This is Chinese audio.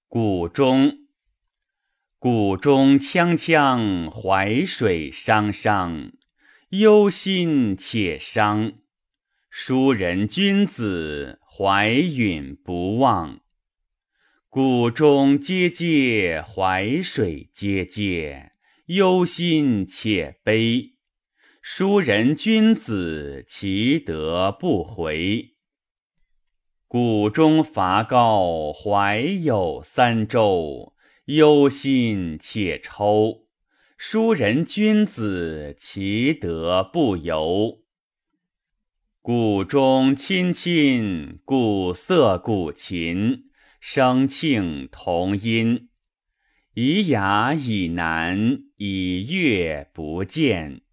谷中，谷中锵锵，淮水汤汤。忧心且伤，书人君子，怀允不忘。谷中喈喈，淮水喈喈，忧心且悲。书人君子，其德不回。谷中伐高，淮有三州，忧心且抽。书人君子，其德不由。谷中亲亲，鼓瑟鼓琴，声磬同音。以雅以南，以乐不见。